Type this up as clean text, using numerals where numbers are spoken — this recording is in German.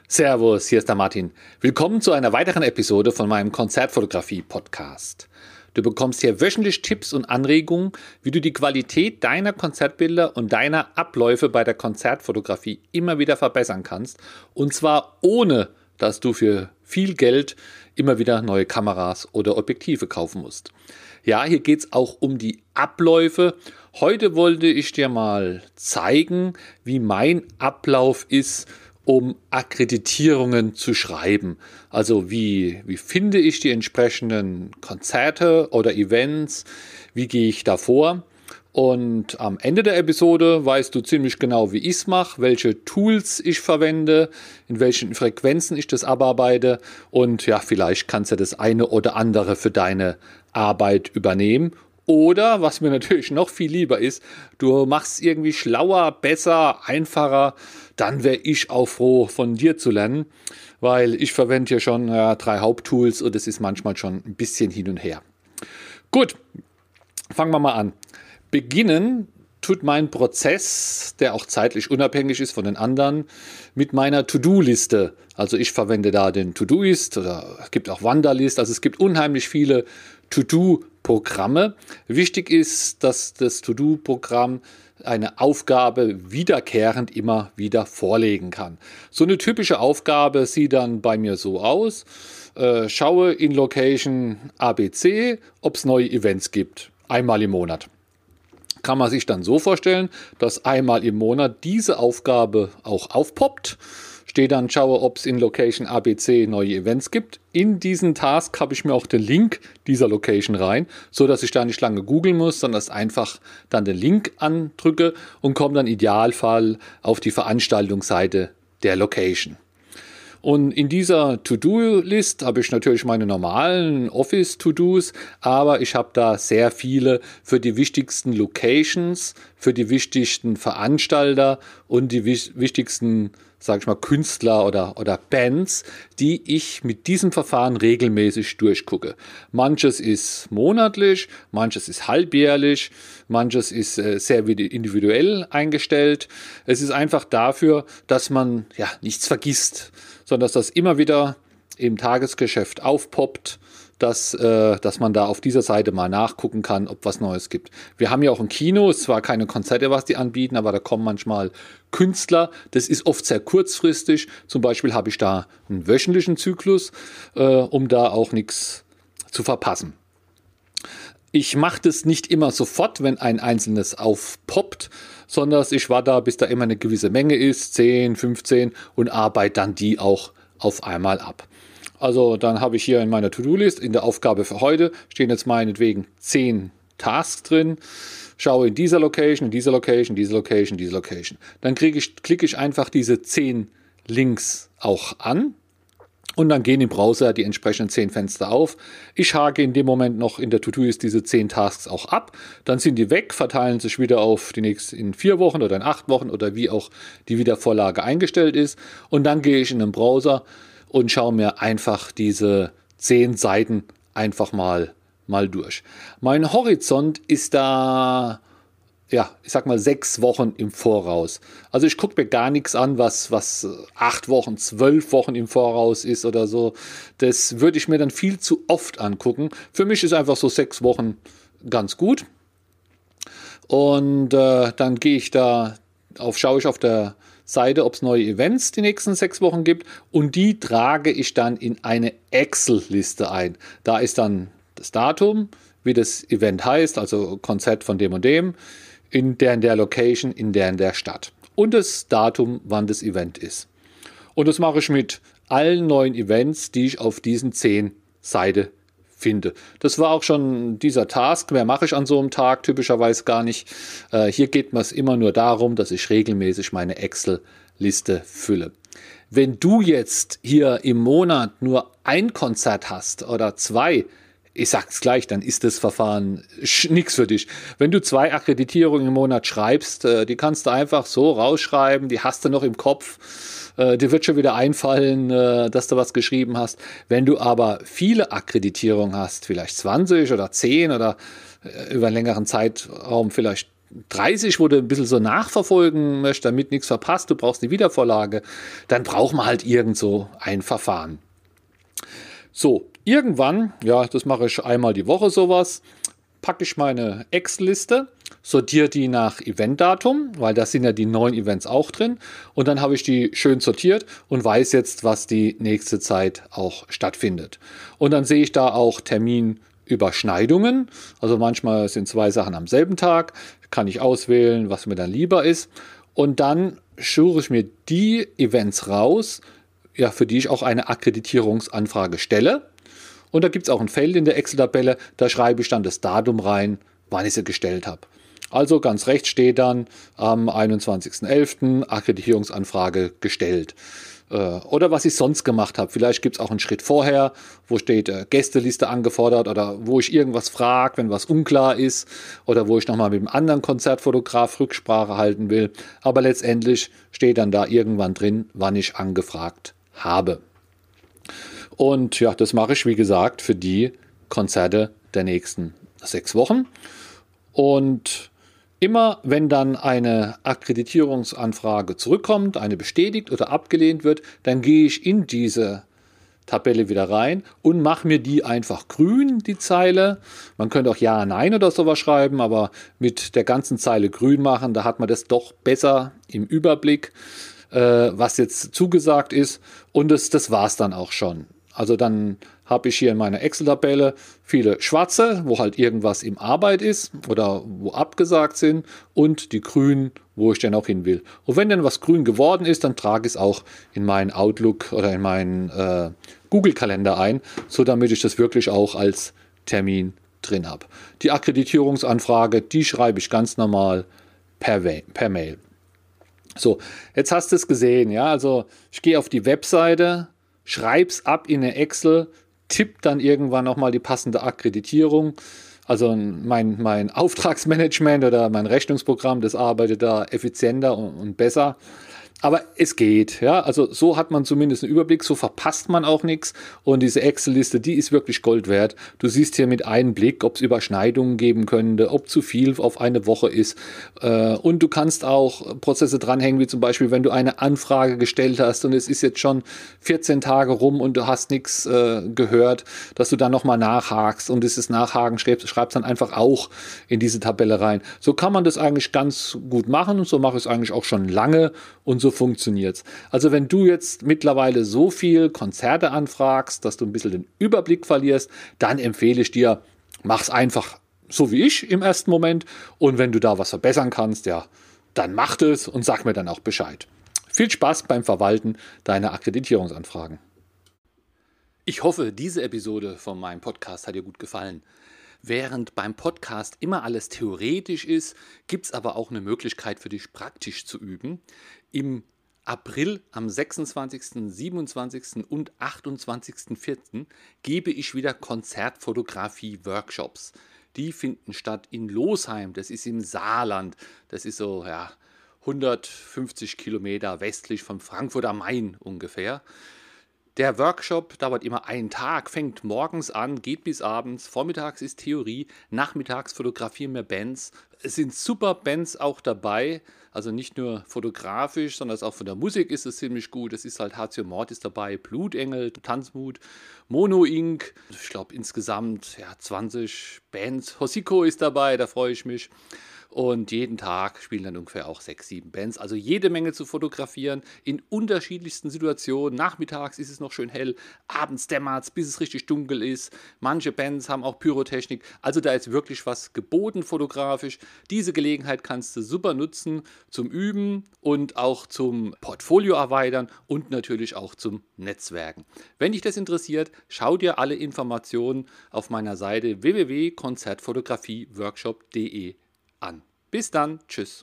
Servus, hier ist der Martin. Willkommen zu einer weiteren Episode von meinem Konzertfotografie-Podcast. Du bekommst hier wöchentlich Tipps und Anregungen, wie du die Qualität deiner Konzertbilder und deiner Abläufe bei der Konzertfotografie immer wieder verbessern kannst. Und zwar ohne, dass du für viel Geld immer wieder neue Kameras oder Objektive kaufen musst. Ja, hier geht es auch um die Abläufe. Heute wollte ich dir mal zeigen, wie mein Ablauf ist, um Akkreditierungen zu schreiben. Also wie finde ich die entsprechenden Konzerte oder Events, wie gehe ich da vor? Und am Ende der Episode weißt du ziemlich genau, wie ich es mache, welche Tools ich verwende, in welchen Frequenzen ich das abarbeite und ja, vielleicht kannst du das eine oder andere für deine Arbeit übernehmen. Oder, was mir natürlich noch viel lieber ist, du machst es irgendwie schlauer, besser, einfacher, dann wäre ich auch froh, von dir zu lernen, weil ich verwende hier schon 3 Haupttools und es ist manchmal schon ein bisschen hin und her. Gut, fangen wir mal an. Beginnen tut mein Prozess, der auch zeitlich unabhängig ist von den anderen, mit meiner To-Do-Liste. Also ich verwende da den To-Do-Ist oder es gibt auch Wanderlist. Also es gibt unheimlich viele To-Do-Programme. Wichtig ist, dass das To-Do-Programm eine Aufgabe wiederkehrend immer wieder vorlegen kann. So eine typische Aufgabe sieht dann bei mir so aus. Schaue in Location ABC, ob es neue Events gibt. Einmal im Monat. Kann man sich dann so vorstellen, dass einmal im Monat diese Aufgabe auch aufpoppt. Stehe dann, schaue, ob es in Location ABC neue Events gibt. In diesen Task habe ich mir auch den Link dieser Location rein, so dass ich da nicht lange googeln muss, sondern dass einfach dann den Link andrücke und komme dann im Idealfall auf die Veranstaltungsseite der Location. Und in dieser To-Do-List habe ich natürlich meine normalen Office-To-Dos, aber ich habe da sehr viele für die wichtigsten Locations, für die wichtigsten Veranstalter und die wichtigsten, sage ich mal, Künstler oder Bands, die ich mit diesem Verfahren regelmäßig durchgucke. Manches ist monatlich, manches ist halbjährlich, manches ist sehr individuell eingestellt. Es ist einfach dafür, dass man nichts vergisst, sondern dass das immer wieder im Tagesgeschäft aufpoppt, dass man da auf dieser Seite mal nachgucken kann, ob was Neues gibt. Wir haben ja auch ein Kino, es ist zwar keine Konzerte, was die anbieten, aber da kommen manchmal Künstler. Das ist oft sehr kurzfristig. Zum Beispiel habe ich da einen wöchentlichen Zyklus, um da auch nichts zu verpassen. Ich mache das nicht immer sofort, wenn ein einzelnes aufpoppt, sondern ich warte da, bis da immer eine gewisse Menge ist, 10, 15 und arbeite dann die auch auf einmal ab. Also dann habe ich hier in meiner To-Do-List, in der Aufgabe für heute, stehen jetzt meinetwegen 10 Tasks drin. Schaue in dieser Location, in dieser Location, diese Location, diese Location. Dann klicke ich einfach diese 10 Links auch an. Und dann gehen im Browser die entsprechenden 10 Fenster auf. Ich hake in dem Moment noch in der To-Do-List diese 10 Tasks auch ab. Dann sind die weg, verteilen sich wieder auf die nächsten in 4 Wochen oder in 8 Wochen oder wie auch die Wiedervorlage eingestellt ist. Und dann gehe ich in den Browser und schaue mir einfach diese 10 Seiten einfach mal durch. Mein Horizont ist da, ich sag mal 6 Wochen im Voraus. Also ich gucke mir gar nichts an, was 8 Wochen, 12 Wochen im Voraus ist oder so. Das würde ich mir dann viel zu oft angucken. Für mich ist einfach so 6 Wochen ganz gut. Und dann schaue ich auf der Seite, ob es neue Events die nächsten 6 Wochen gibt. Und die trage ich dann in eine Excel-Liste ein. Da ist dann das Datum, wie das Event heißt, also Konzert von dem und dem, in der Location, in der Stadt. Und das Datum, wann das Event ist. Und das mache ich mit allen neuen Events, die ich auf diesen 10 Seiten finde. Das war auch schon dieser Task. Mehr mache ich an so einem Tag typischerweise gar nicht. Hier geht es immer nur darum, dass ich regelmäßig meine Excel-Liste fülle. Wenn du jetzt hier im Monat nur ein Konzert hast oder 2, ich sag's gleich, dann ist das Verfahren nichts für dich. Wenn du 2 Akkreditierungen im Monat schreibst, die kannst du einfach so rausschreiben, die hast du noch im Kopf. Dir wird schon wieder einfallen, dass du was geschrieben hast. Wenn du aber viele Akkreditierungen hast, vielleicht 20 oder 10 oder über einen längeren Zeitraum vielleicht 30, wo du ein bisschen so nachverfolgen möchtest, damit nichts verpasst, du brauchst eine Wiedervorlage, dann braucht man halt irgend so ein Verfahren. So, irgendwann, ja, das mache ich einmal die Woche sowas, packe ich meine Excel-Liste, sortiere die nach Eventdatum, weil da sind ja die neuen Events auch drin. Und dann habe ich die schön sortiert und weiß jetzt, was die nächste Zeit auch stattfindet. Und dann sehe ich da auch Terminüberschneidungen. Also manchmal sind 2 Sachen am selben Tag. Kann ich auswählen, was mir dann lieber ist. Und dann suche ich mir die Events raus, ja, für die ich auch eine Akkreditierungsanfrage stelle. Und da gibt es auch ein Feld in der Excel-Tabelle, da schreibe ich dann das Datum rein, wann ich sie gestellt habe. Also ganz rechts steht dann am 21.11. Akkreditierungsanfrage gestellt. Oder was ich sonst gemacht habe. Vielleicht gibt es auch einen Schritt vorher, wo steht Gästeliste angefordert oder wo ich irgendwas frage, wenn was unklar ist oder wo ich nochmal mit einem anderen Konzertfotograf Rücksprache halten will. Aber letztendlich steht dann da irgendwann drin, wann ich angefragt habe. Und ja, das mache ich, wie gesagt, für die Konzerte der nächsten 6 Wochen. Und immer wenn dann eine Akkreditierungsanfrage zurückkommt, eine bestätigt oder abgelehnt wird, dann gehe ich in diese Tabelle wieder rein und mache mir die einfach grün, die Zeile. Man könnte auch Ja, Nein oder sowas schreiben, aber mit der ganzen Zeile grün machen, da hat man das doch besser im Überblick, was jetzt zugesagt ist. Und das war es dann auch schon. Also dann habe ich hier in meiner Excel-Tabelle viele schwarze, wo halt irgendwas im Arbeit ist oder wo abgesagt sind und die grünen, wo ich dann auch hin will. Und wenn dann was grün geworden ist, dann trage ich es auch in meinen Outlook oder in meinen Google-Kalender ein, so damit ich das wirklich auch als Termin drin habe. Die Akkreditierungsanfrage, die schreibe ich ganz normal per Mail. So, jetzt hast du es gesehen, ja, also ich gehe auf die Webseite, schreib's ab in eine Excel, tipp dann irgendwann nochmal die passende Akkreditierung. Also mein Auftragsmanagement oder mein Rechnungsprogramm, das arbeitet da effizienter und besser. Aber es geht, ja, also so hat man zumindest einen Überblick, so verpasst man auch nichts und diese Excel-Liste, die ist wirklich Gold wert. Du siehst hier mit einem Blick, ob es Überschneidungen geben könnte, ob zu viel auf eine Woche ist und du kannst auch Prozesse dranhängen, wie zum Beispiel, wenn du eine Anfrage gestellt hast und es ist jetzt schon 14 Tage rum und du hast nichts gehört, dass du dann nochmal nachhakst und dieses Nachhaken schreibst dann einfach auch in diese Tabelle rein. So kann man das eigentlich ganz gut machen und so mache ich es eigentlich auch schon lange und so funktioniert es. Also wenn du jetzt mittlerweile so viel Konzerte anfragst, dass du ein bisschen den Überblick verlierst, dann empfehle ich dir, mach's einfach so wie ich im ersten Moment und wenn du da was verbessern kannst, ja, dann mach es und sag mir dann auch Bescheid. Viel Spaß beim Verwalten deiner Akkreditierungsanfragen. Ich hoffe, diese Episode von meinem Podcast hat dir gut gefallen. Während beim Podcast immer alles theoretisch ist, gibt es aber auch eine Möglichkeit für dich praktisch zu üben. Im April am 26., 27. und 28.04. gebe ich wieder Konzertfotografie-Workshops. Die finden statt in Losheim, das ist im Saarland. Das ist so 150 Kilometer westlich von Frankfurt am Main ungefähr. Der Workshop dauert immer einen Tag, fängt morgens an, geht bis abends. Vormittags ist Theorie, nachmittags fotografieren wir Bands. Es sind super Bands auch dabei, also nicht nur fotografisch, sondern auch von der Musik ist es ziemlich gut. Es ist halt Hatio Mortis dabei, Blutengel, Tanzmut, Mono Inc. Ich glaube insgesamt 20 Bands. Hosiko ist dabei, da freue ich mich. Und jeden Tag spielen dann ungefähr auch 6, 7 Bands. Also jede Menge zu fotografieren in unterschiedlichsten Situationen. Nachmittags ist es noch schön hell, abends dämmert es, bis es richtig dunkel ist. Manche Bands haben auch Pyrotechnik. Also da ist wirklich was geboten fotografisch. Diese Gelegenheit kannst du super nutzen zum Üben und auch zum Portfolio erweitern und natürlich auch zum Netzwerken. Wenn dich das interessiert, schau dir alle Informationen auf meiner Seite www.konzertfotografieworkshop.de an. Bis dann, tschüss.